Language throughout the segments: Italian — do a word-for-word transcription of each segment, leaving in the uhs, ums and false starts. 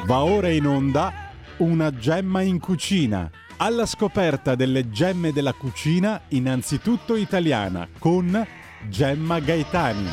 Va ora in onda Una gemma in cucina, alla scoperta delle gemme della cucina, innanzitutto italiana, con Gemma Gaetani.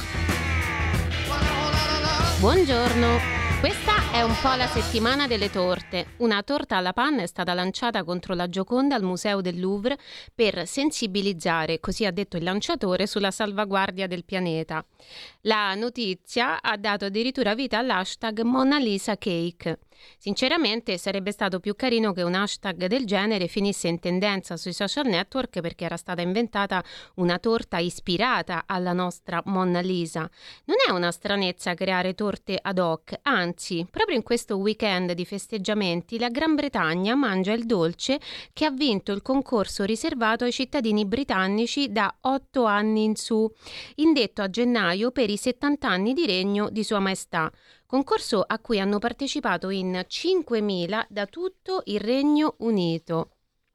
Buongiorno. Questa è un po' la settimana delle torte. Una torta alla panna è stata lanciata contro la Gioconda al Museo del Louvre per sensibilizzare, così ha detto il lanciatore, sulla salvaguardia del pianeta. La notizia ha dato addirittura vita all'hashtag Mona Lisa Cake. Sinceramente sarebbe stato più carino che un hashtag del genere finisse in tendenza sui social network, perché era stata inventata una torta ispirata alla nostra Mona Lisa. Non è una stranezza creare torte ad hoc, anzi, proprio in questo weekend di festeggiamenti la Gran Bretagna mangia il dolce che ha vinto il concorso riservato ai cittadini britannici da otto anni in su, indetto a gennaio per i settanta anni di regno di Sua Maestà. Concorso a cui hanno partecipato in cinquemila da tutto il Regno Unito.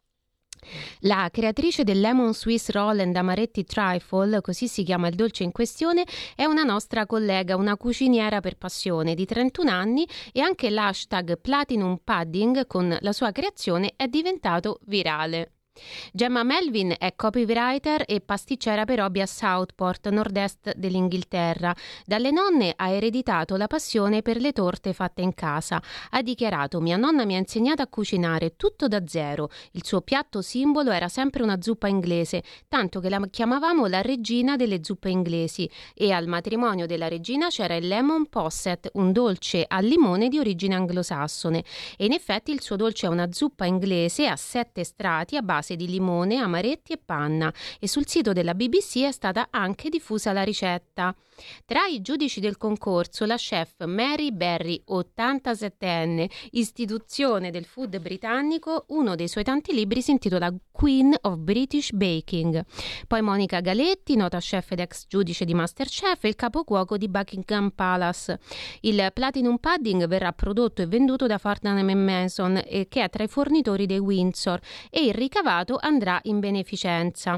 La creatrice del Lemon Swiss Roll and Amaretti Trifle, così si chiama il dolce in questione, è una nostra collega, una cuciniera per passione di trentuno anni, e anche l'hashtag Platinum Pudding con la sua creazione è diventato virale. Gemma Melvin è copywriter e pasticcera per hobby a Southport, nord-est dell'Inghilterra. Dalle nonne ha ereditato la passione per le torte fatte in casa. Ha dichiarato: mia nonna mi ha insegnato a cucinare tutto da zero. Il suo piatto simbolo era sempre una zuppa inglese, tanto che la chiamavamo la regina delle zuppe inglesi, e al matrimonio della regina c'era il lemon posset, un dolce al limone di origine anglosassone. E in effetti il suo dolce è una zuppa inglese a sette strati a base di limone, amaretti e panna, e sul sito della B B C è stata anche diffusa la ricetta. Tra i giudici del concorso la chef Mary Berry, ottantasettenne, istituzione del food britannico. Uno dei suoi tanti libri si intitola Queen of British Baking. Poi Monica Galetti, nota chef ed ex giudice di MasterChef, e il capocuoco di Buckingham Palace. Il Platinum Pudding verrà prodotto e venduto da Farnham and Mason, eh, che è tra i fornitori dei Windsor, e il ricavato andrà in beneficenza.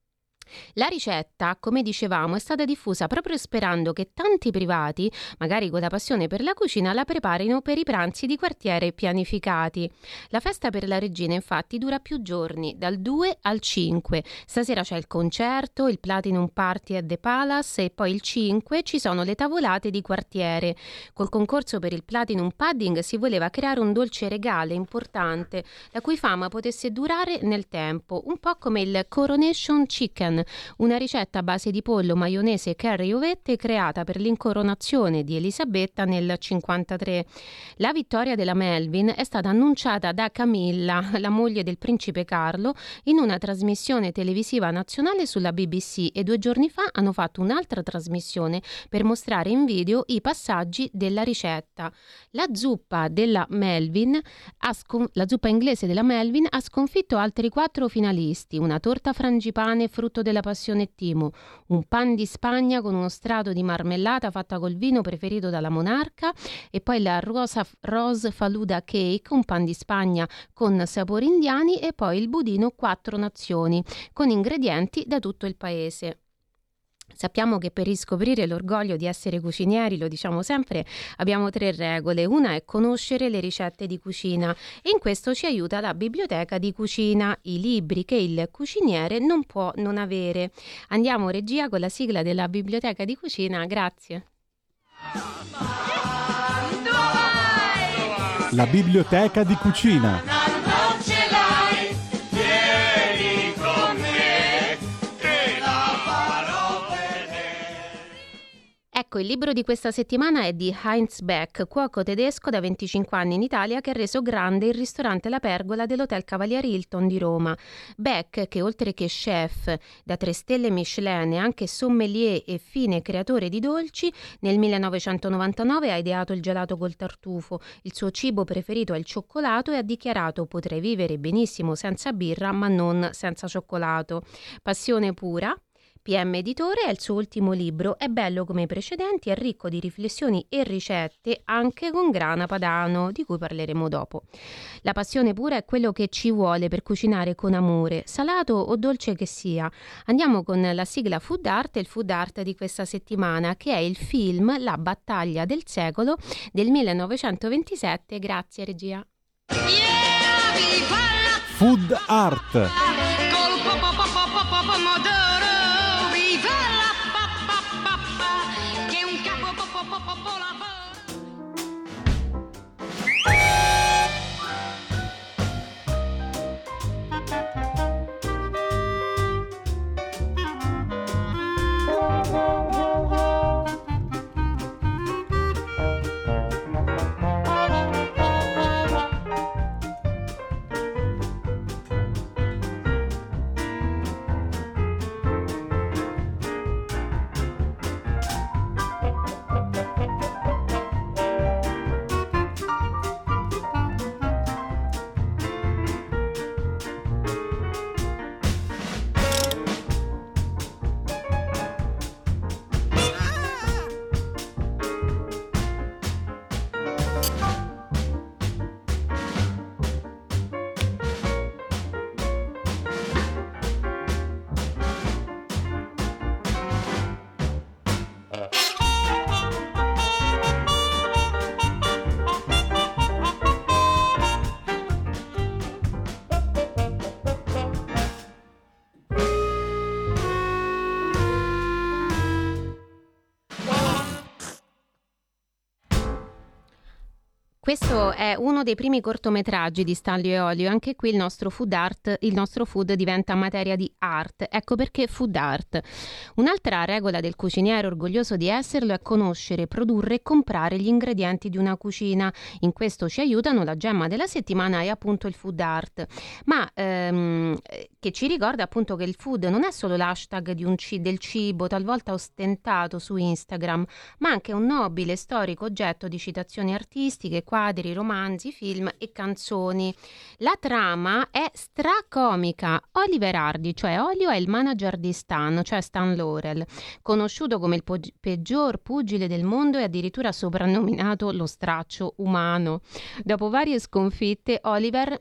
La ricetta, come dicevamo, è stata diffusa proprio sperando che tanti privati, magari con la passione per la cucina, la preparino per i pranzi di quartiere pianificati. La festa per la regina infatti dura più giorni, dal due al cinque. Stasera c'è il concerto, il Platinum Party at the Palace, e poi il cinque ci sono le tavolate di quartiere. Col concorso per il Platinum Pudding si voleva creare un dolce regale importante, la cui fama potesse durare nel tempo, un po' come il Coronation Chicken, una ricetta a base di pollo, maionese, curry e uvette creata per l'incoronazione di Elisabetta nel cinquantatré. La vittoria della Melvin è stata annunciata da Camilla, la moglie del principe Carlo, in una trasmissione televisiva nazionale sulla B B C, e due giorni fa hanno fatto un'altra trasmissione per mostrare in video i passaggi della ricetta. La zuppa della Melvin ha scon- la zuppa inglese della Melvin ha sconfitto altri quattro finalisti: una torta frangipane frutto della passione Timo, un pan di Spagna con uno strato di marmellata fatta col vino preferito dalla monarca, e poi la rosa, rose faluda cake, un pan di Spagna con sapori indiani, e poi il budino quattro nazioni con ingredienti da tutto il paese. Sappiamo che per riscoprire l'orgoglio di essere cucinieri, lo diciamo sempre, abbiamo tre regole. Una è conoscere le ricette di cucina, e in questo ci aiuta la biblioteca di cucina, i libri che il cuciniere non può non avere. Andiamo, regia, con la sigla della biblioteca di cucina. Grazie. La biblioteca di cucina. Ecco, il libro di questa settimana è di Heinz Beck, cuoco tedesco da venticinque anni in Italia, che ha reso grande il ristorante La Pergola dell'Hotel Cavalieri Hilton di Roma. Beck, che oltre che chef da tre stelle Michelin è anche sommelier e fine creatore di dolci, nel millenovecentonovantanove ha ideato il gelato col tartufo. Il suo cibo preferito è il cioccolato, e ha dichiarato: potrei vivere benissimo senza birra, ma non senza cioccolato. Passione pura, P M Editore, è il suo ultimo libro, è bello come i precedenti, è ricco di riflessioni e ricette, anche con grana padano, di cui parleremo dopo. La passione pura è quello che ci vuole per cucinare con amore, salato o dolce che sia. Andiamo con la sigla Food Art e il Food Art di questa settimana, che è il film La battaglia del secolo del millenovecentoventisette. Grazie regia. Food Art. Questo è uno dei primi cortometraggi di Stanlio e Olio. Anche qui il nostro food art, il nostro food diventa materia di art. Ecco perché food art. Un'altra regola del cuciniere orgoglioso di esserlo è conoscere, produrre e comprare gli ingredienti di una cucina. In questo ci aiutano la gemma della settimana e appunto il food art. Ma ehm, che ci ricorda appunto che il food non è solo l'hashtag di un ci- del cibo, talvolta ostentato su Instagram, ma anche un nobile storico oggetto di citazioni artistiche, quadri, romanzi, film e canzoni. La trama è stracomica. Oliver Hardy, cioè Olio, è il manager di Stan, cioè Stan Laurel, conosciuto come il po- peggior pugile del mondo e addirittura soprannominato lo straccio umano. Dopo varie sconfitte, Oliver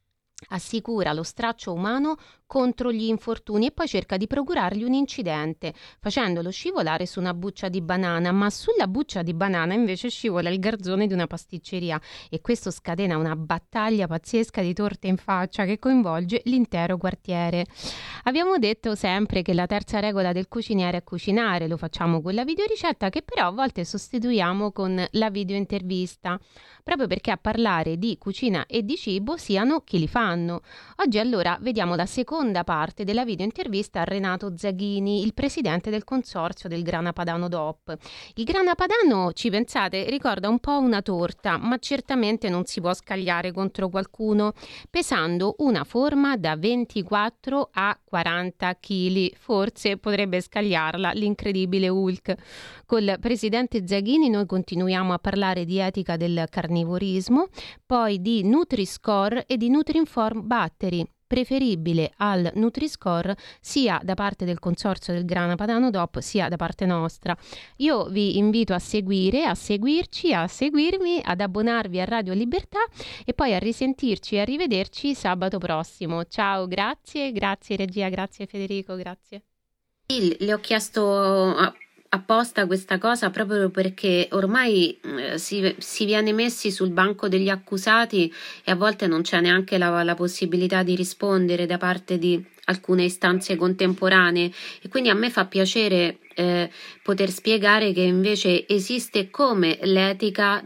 assicura lo straccio umano contro gli infortuni e poi cerca di procurargli un incidente, facendolo scivolare su una buccia di banana, ma sulla buccia di banana invece scivola il garzone di una pasticceria e questo scatena una battaglia pazzesca di torte in faccia che coinvolge l'intero quartiere. Abbiamo detto sempre che la terza regola del cuciniere è cucinare, lo facciamo con la videoricetta che però a volte sostituiamo con la videointervista, proprio perché a parlare di cucina e di cibo siano chi li fanno. Oggi allora vediamo la seconda parte della videointervista a Renato Zaghini, il presidente del consorzio del Grana Padano D O P. Il Grana Padano, ci pensate, ricorda un po' una torta, ma certamente non si può scagliare contro qualcuno, pesando una forma da ventiquattro a quaranta chili. Forse potrebbe scagliarla l'incredibile Hulk. Col presidente Zaghini noi continuiamo a parlare di etica del carnivorismo, poi di Nutri-Score e di Nutri-Inform Battery, preferibile al Nutri-Score sia da parte del consorzio del Grana Padano D O P sia da parte nostra. Io vi invito a seguire, a seguirci, a seguirmi, ad abbonarvi a Radio Libertà e poi a risentirci e a rivederci sabato prossimo. Ciao, grazie, grazie regia, grazie Federico, grazie. Le ho chiesto apposta questa cosa proprio perché ormai eh, si, si viene messi sul banco degli accusati e a volte non c'è neanche la, la possibilità di rispondere da parte di alcune istanze contemporanee e quindi a me fa piacere eh, poter spiegare che invece esiste come l'etica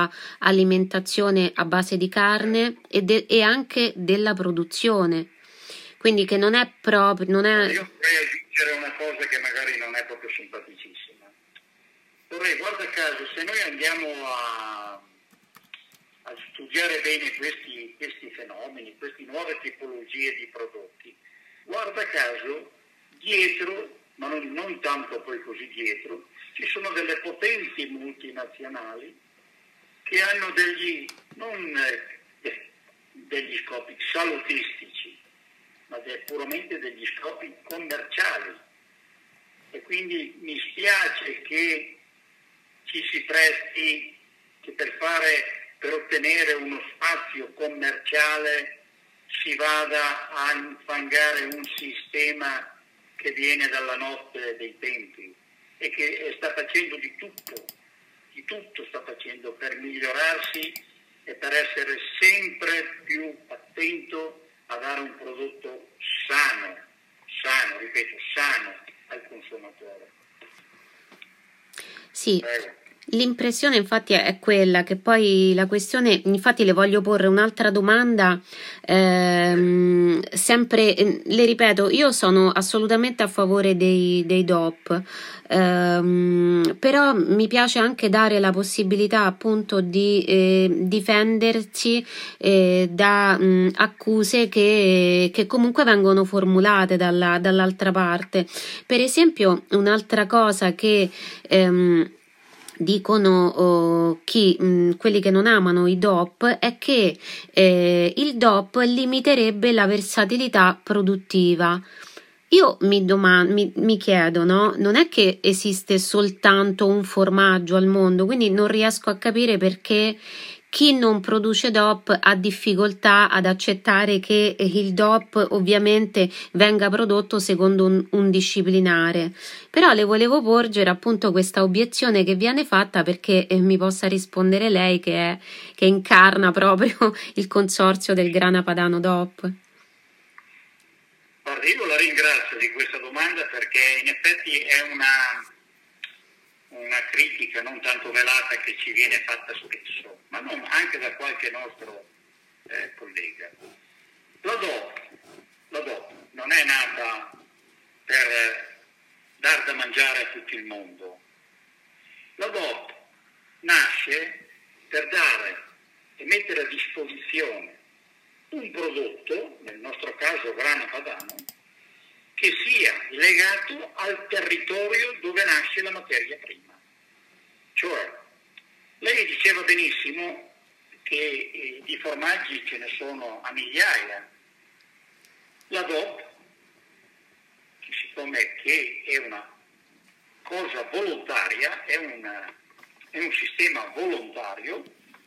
dell'alimentazione a base di carne e, de- e anche della produzione, quindi che non è proprio non è... Io vorrei aggiungere una cosa che magari non è proprio simpaticissima. Vorrei, guarda caso, se noi andiamo a, a studiare bene questi, questi fenomeni, queste nuove tipologie di prodotti, guarda caso, dietro, ma non, non tanto poi così dietro, ci sono delle potenti multinazionali che hanno degli, non eh, degli scopi salutistici, ma de, puramente degli scopi commerciali. e quindi mi spiace che ci si presti, che per fare, per ottenere uno spazio commerciale si vada a infangare un sistema che viene dalla notte dei tempi e che sta facendo di tutto, di tutto sta facendo per migliorarsi e per essere sempre più attento a dare un prodotto sano, sano, ripeto, sano al consumatore. Sì. Prego. L'impressione infatti è quella che poi la questione, infatti le voglio porre un'altra domanda, ehm, sempre, eh, le ripeto, io sono assolutamente a favore dei, dei D O P, ehm, però mi piace anche dare la possibilità appunto di eh, difendersi eh, da mh, accuse che, che comunque vengono formulate dalla, dall'altra parte. Per esempio, un'altra cosa che ehm, dicono oh, chi, mh, quelli che non amano i D O P è che eh, il D O P limiterebbe la versatilità produttiva. Io mi, domando, mi, mi chiedo, no? Non è che esiste soltanto un formaggio al mondo, quindi non riesco a capire perché chi non produce D O P ha difficoltà ad accettare che il D O P ovviamente venga prodotto secondo un, un disciplinare. Però le volevo porgere appunto questa obiezione che viene fatta perché eh, mi possa rispondere lei che, è, che incarna proprio il consorzio del grana padano D O P. Guarda, io la ringrazio di questa domanda perché in effetti è una... una critica non tanto velata che ci viene fatta spesso, ma non anche da qualche nostro eh, collega. La D O P, la D O P non è nata per eh, dar da mangiare a tutto il mondo. La D O P nasce per dare e mettere a disposizione un prodotto, nel nostro caso grana padano, che sia legato al territorio dove nasce la materia prima. Cioè, lei diceva benissimo che eh, di formaggi ce ne sono a migliaia. La D O P, che siccome che è una cosa volontaria, è, una, è un sistema volontario,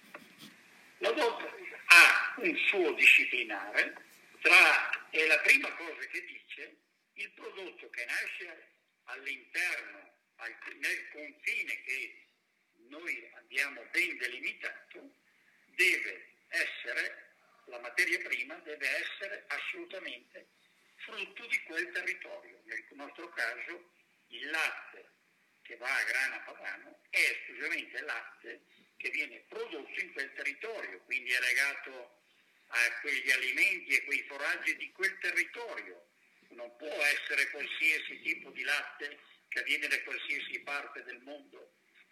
la D O P ha un suo disciplinare, tra, è la prima cosa che dice, il prodotto che nasce all'interno, al, nel confine che noi abbiamo ben delimitato, deve essere, la materia prima deve essere assolutamente frutto di quel territorio. Nel nostro caso il latte che va a grana padano è esclusivamente latte che viene prodotto in quel territorio, quindi è legato a quegli alimenti e quei foraggi di quel territorio. Non può essere qualsiasi tipo di latte che viene da qualsiasi parte del mondo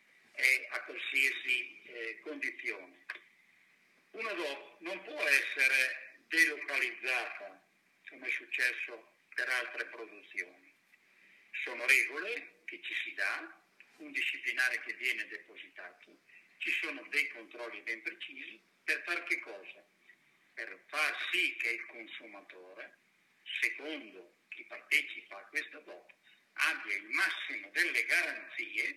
e a qualsiasi eh, condizione. Una D O P non può essere delocalizzata come è successo per altre produzioni. Sono regole che ci si dà, un disciplinare che viene depositato, ci sono dei controlli ben precisi per far che cosa? Per far sì che il consumatore, secondo chi partecipa a questa D O P, abbia il massimo delle garanzie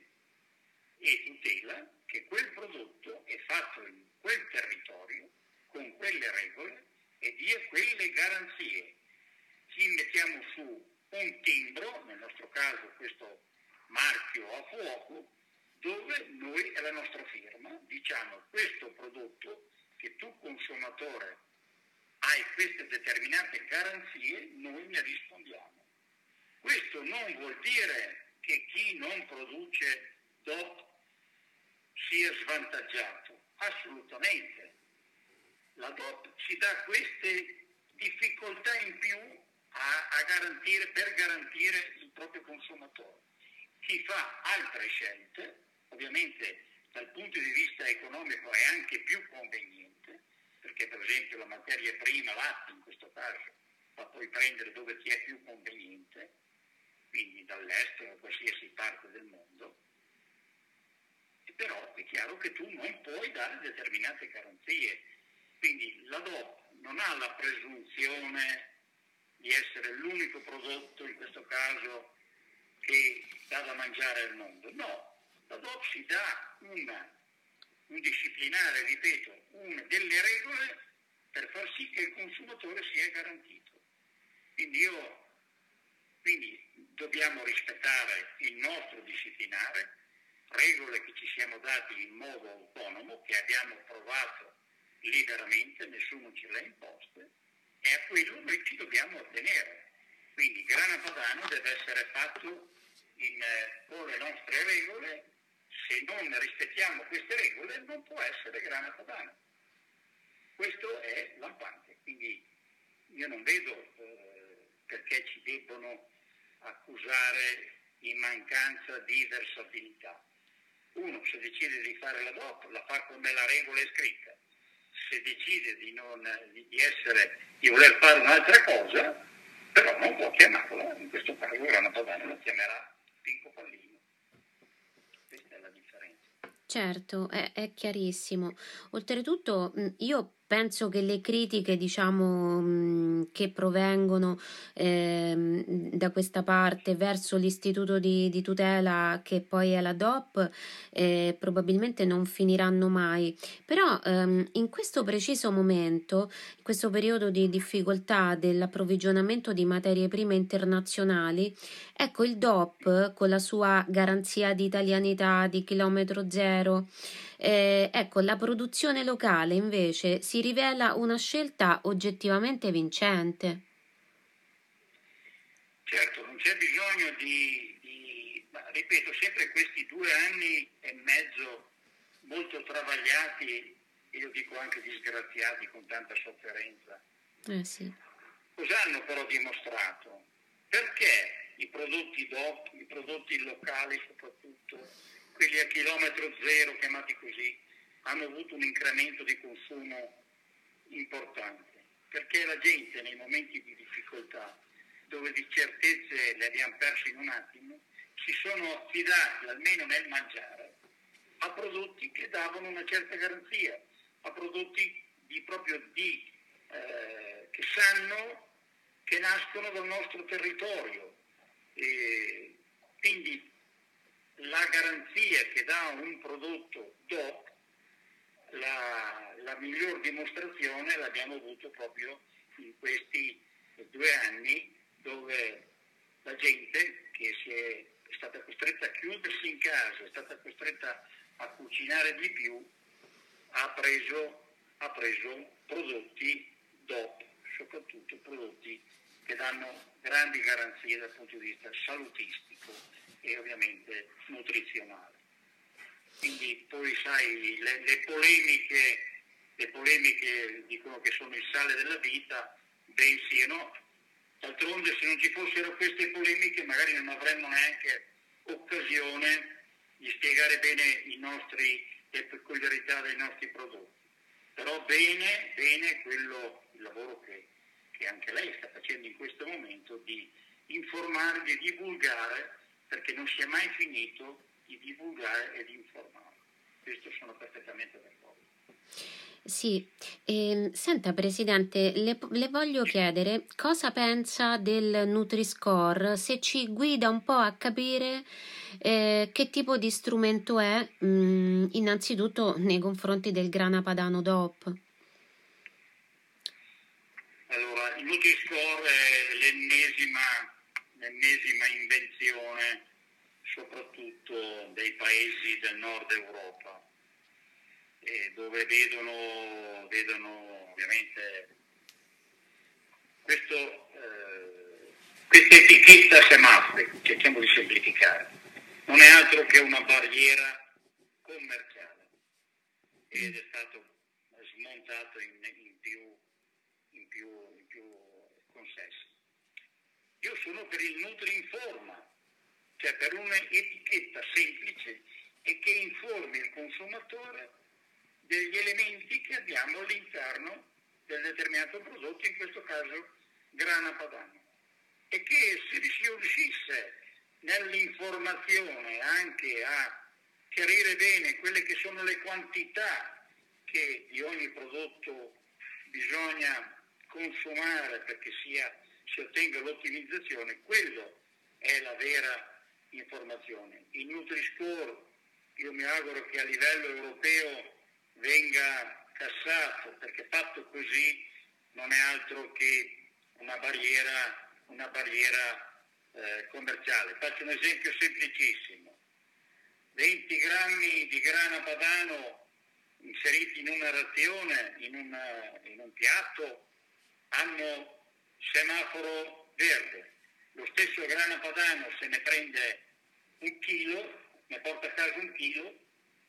e tutela che quel prodotto è fatto in quel territorio, con quelle regole e dia quelle garanzie. Ci mettiamo su un timbro, nel nostro caso questo marchio a fuoco, dove noi è la nostra firma, diciamo questo prodotto che tu consumatore hai queste determinate garanzie, noi ne rispondiamo. Questo non vuol dire che chi non produce D O P sia svantaggiato, assolutamente. La D O P ci dà queste difficoltà in più a, a garantire, per garantire il proprio consumatore. Chi fa altre scelte, ovviamente dal punto di vista economico è anche più conveniente, perché per esempio la materia prima, latte in questo caso, la puoi prendere dove ti è più conveniente, quindi dall'estero o qualsiasi parte del mondo, e però è chiaro che tu non puoi dare determinate garanzie. Quindi la D O P non ha la presunzione di essere l'unico prodotto, in questo caso, che dà da mangiare al mondo. No, la D O P si dà una, un disciplinare, ripeto, una, delle regole per far sì che il consumatore sia garantito. Quindi, io, quindi dobbiamo rispettare il nostro disciplinare, regole che ci siamo dati in modo autonomo, che abbiamo provato liberamente, nessuno ce le ha imposte, e a quello noi ci dobbiamo ottenere. Quindi il grana padano deve essere fatto in, eh, con le nostre regole. Se non rispettiamo queste regole non può essere grana padano. Questo è lampante, quindi io non vedo eh, perché ci debbono accusare in mancanza di versabilità. Uno, se decide di fare la D O P, la fa come la regola è scritta. Se decide di, non, di, essere, di voler fare un'altra cosa, però non può chiamarla, in questo caso grana padano la chiamerà Pinco Pallino. Questa è la differenza. Certo, è, è chiarissimo. Oltretutto, io penso che le critiche, diciamo, che provengono eh, da questa parte verso l'istituto di, di tutela, che poi è la D O P, eh, probabilmente non finiranno mai. Però ehm, in questo preciso momento, in questo periodo di difficoltà dell'approvvigionamento di materie prime internazionali, ecco, il D O P, con la sua garanzia di italianità, di chilometro zero, Eh, ecco, la produzione locale invece si rivela una scelta oggettivamente vincente. Certo, non c'è bisogno di, di ma, ripeto, sempre questi due anni e mezzo molto travagliati, io dico anche disgraziati, con tanta sofferenza. Eh sì. Cosa hanno però dimostrato? Perché i prodotti D O P, i prodotti locali soprattutto, quelli a chilometro zero, chiamati così, hanno avuto un incremento di consumo importante, perché la gente nei momenti di difficoltà, dove di certezze le abbiamo perse in un attimo, si sono affidati, almeno nel mangiare, a prodotti che davano una certa garanzia, a prodotti di proprio di, eh, che sanno che nascono dal nostro territorio. E quindi la garanzia che dà un prodotto D O P, la, la miglior dimostrazione l'abbiamo avuto proprio in questi due anni, dove la gente che si è, è stata costretta a chiudersi in casa, è stata costretta a cucinare di più, ha preso, ha preso prodotti D O P, soprattutto prodotti che danno grandi garanzie dal punto di vista salutistico e ovviamente nutrizionale. Quindi poi sai, le, le polemiche, le polemiche dicono che sono il sale della vita, ben siano. D'altronde, se non ci fossero queste polemiche magari non avremmo neanche occasione di spiegare bene i nostri, le peculiarità dei nostri prodotti. Però bene, bene quello, il lavoro che, che anche lei sta facendo in questo momento, di informare, di divulgare, perché non si è mai finito di divulgare e di informare. Questo sono perfettamente d'accordo. Sì, eh, senta Presidente, le, le voglio chiedere cosa pensa del Nutri-Score, se ci guida un po' a capire eh, che tipo di strumento è, mh, innanzitutto nei confronti del grana padano D O P. Allora, il Nutri-Score è l'ennesima l'ennesima invenzione soprattutto dei paesi del nord Europa, eh, dove vedono, vedono ovviamente questo, eh, questa etichetta semaforo, cerchiamo di semplificare, non è altro che una barriera commerciale ed è stato smontato in, in, più, in, più, in più consessi. Io sono per il Nutri-Informa, cioè per un'etichetta semplice e che informi il consumatore degli elementi che abbiamo all'interno del determinato prodotto, in questo caso grana padano, e che se si riuscisse nell'informazione anche a chiarire bene quelle che sono le quantità che di ogni prodotto bisogna consumare perché sia si ottenga l'ottimizzazione, quello è la vera, informazioni. Il Nutri-Score, io mi auguro che a livello europeo venga cassato, perché fatto così non è altro che una barriera, una barriera eh, commerciale. Faccio un esempio semplicissimo: venti grammi di grana padano inseriti in una razione, in, una, in un piatto, hanno semaforo verde. Lo stesso grana padano, se ne prende un chilo, ne porta a casa un chilo,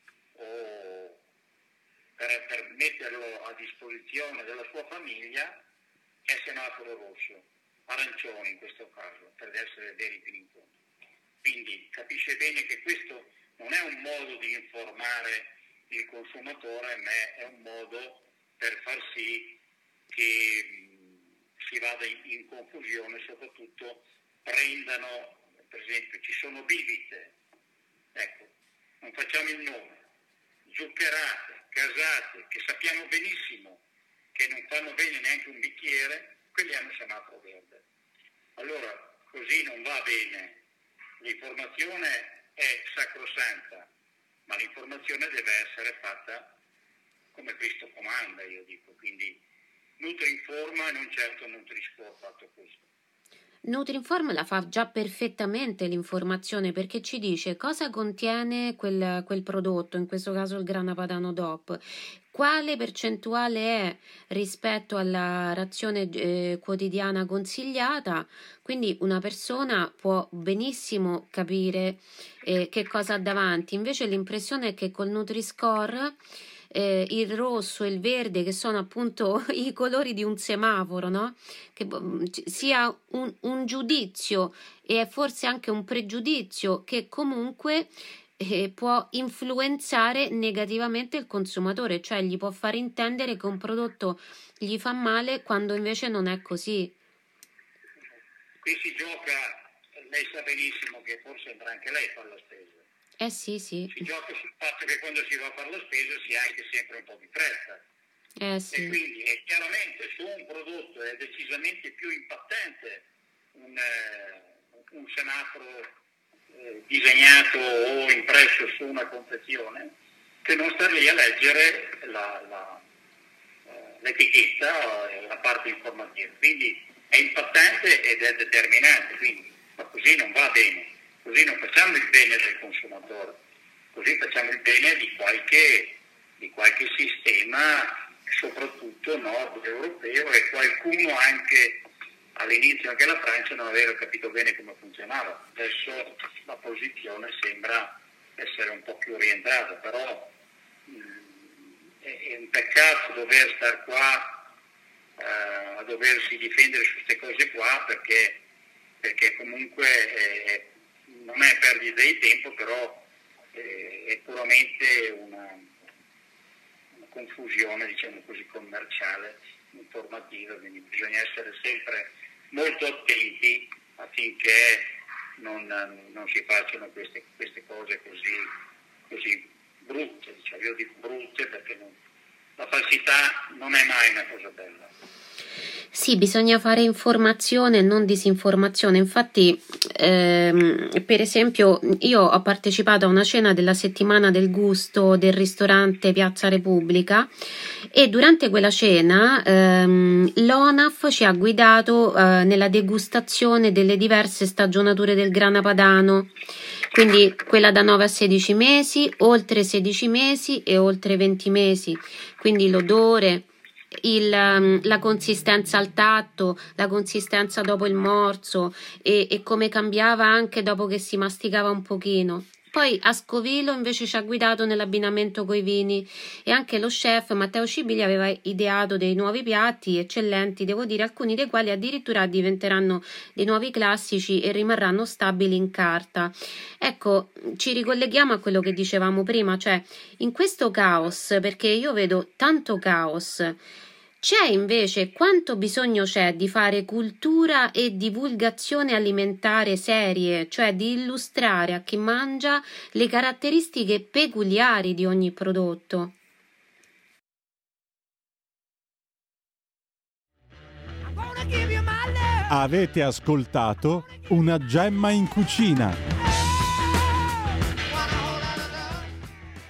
o per, per metterlo a disposizione della sua famiglia, è semaforo rosso, arancione in questo caso, per essere veri fino in fondo. Quindi capisce bene che questo non è un modo di informare il consumatore, ma è un modo per far sì che si vada in, in confusione, soprattutto prendano, per esempio, ci sono bibite, ecco, non facciamo il nome, zuccherate, gasate, che sappiamo benissimo che non fanno bene neanche un bicchiere, quelli hanno semaforo verde. Allora, così non va bene. L'informazione è sacrosanta, ma l'informazione deve essere fatta come Cristo comanda, io dico, quindi Nutri-Informa e non certo Nutri-Score fatto così. Nutri-Inform la fa già perfettamente l'informazione, perché ci dice cosa contiene quel, quel prodotto, in questo caso il grana padano D O P, quale percentuale è rispetto alla razione eh, quotidiana consigliata, quindi una persona può benissimo capire eh, che cosa ha davanti. Invece l'impressione è che col Nutri-Score Eh, il rosso e il verde, che sono appunto i colori di un semaforo, no? Che sia un, un giudizio e forse anche un pregiudizio che comunque eh, può influenzare negativamente il consumatore, cioè gli può far intendere che un prodotto gli fa male quando invece non è così. Qui si gioca, lei sa benissimo che forse andrà anche lei a fare la spesa. Eh sì, sì. Si gioca sul fatto che quando si va a fare la spesa si ha anche sempre un po' di fretta. Eh sì. E quindi è chiaramente su un prodotto è decisamente più impattante un, eh, un semaforo eh, disegnato o impresso su una confezione che non star lì a leggere la, la, eh, l'etichetta e la parte informativa. Quindi è impattante ed è determinante, quindi, ma così non va bene. Così non facciamo il bene del consumatore, così facciamo il bene di qualche, di qualche sistema, soprattutto nord europeo, e qualcuno anche all'inizio, anche la Francia, non aveva capito bene come funzionava. Adesso la posizione sembra essere un po' più rientrata, però mh, è, è un peccato dover star qua eh, a doversi difendere su queste cose qua, perché, perché comunque è, non è perdita di tempo, però eh, è puramente una, una confusione, diciamo così, commerciale, informativa, quindi bisogna essere sempre molto attenti affinché non, non si facciano queste, queste cose così, così brutte, diciamo, io dico brutte perché non, la falsità non è mai una cosa bella. Sì, bisogna fare informazione e non disinformazione. Infatti, ehm, per esempio, io ho partecipato a una cena della settimana del gusto del ristorante Piazza Repubblica, e durante quella cena ehm, l'O N A F ci ha guidato eh, nella degustazione delle diverse stagionature del grana padano, quindi quella da nove a sedici mesi, oltre sedici mesi e oltre venti mesi, quindi l'odore, Il, la consistenza al tatto, la consistenza dopo il morso e, e come cambiava anche dopo che si masticava un pochino. Poi a Scovilo invece ci ha guidato nell'abbinamento coi vini, e anche lo chef Matteo Cibili aveva ideato dei nuovi piatti eccellenti, devo dire, alcuni dei quali addirittura diventeranno dei nuovi classici e rimarranno stabili in carta. Ecco, ci ricolleghiamo a quello che dicevamo prima, cioè in questo caos, perché io vedo tanto caos, c'è invece quanto bisogno c'è di fare cultura e divulgazione alimentare serie, cioè di illustrare a chi mangia le caratteristiche peculiari di ogni prodotto. Avete ascoltato Una gemma in cucina.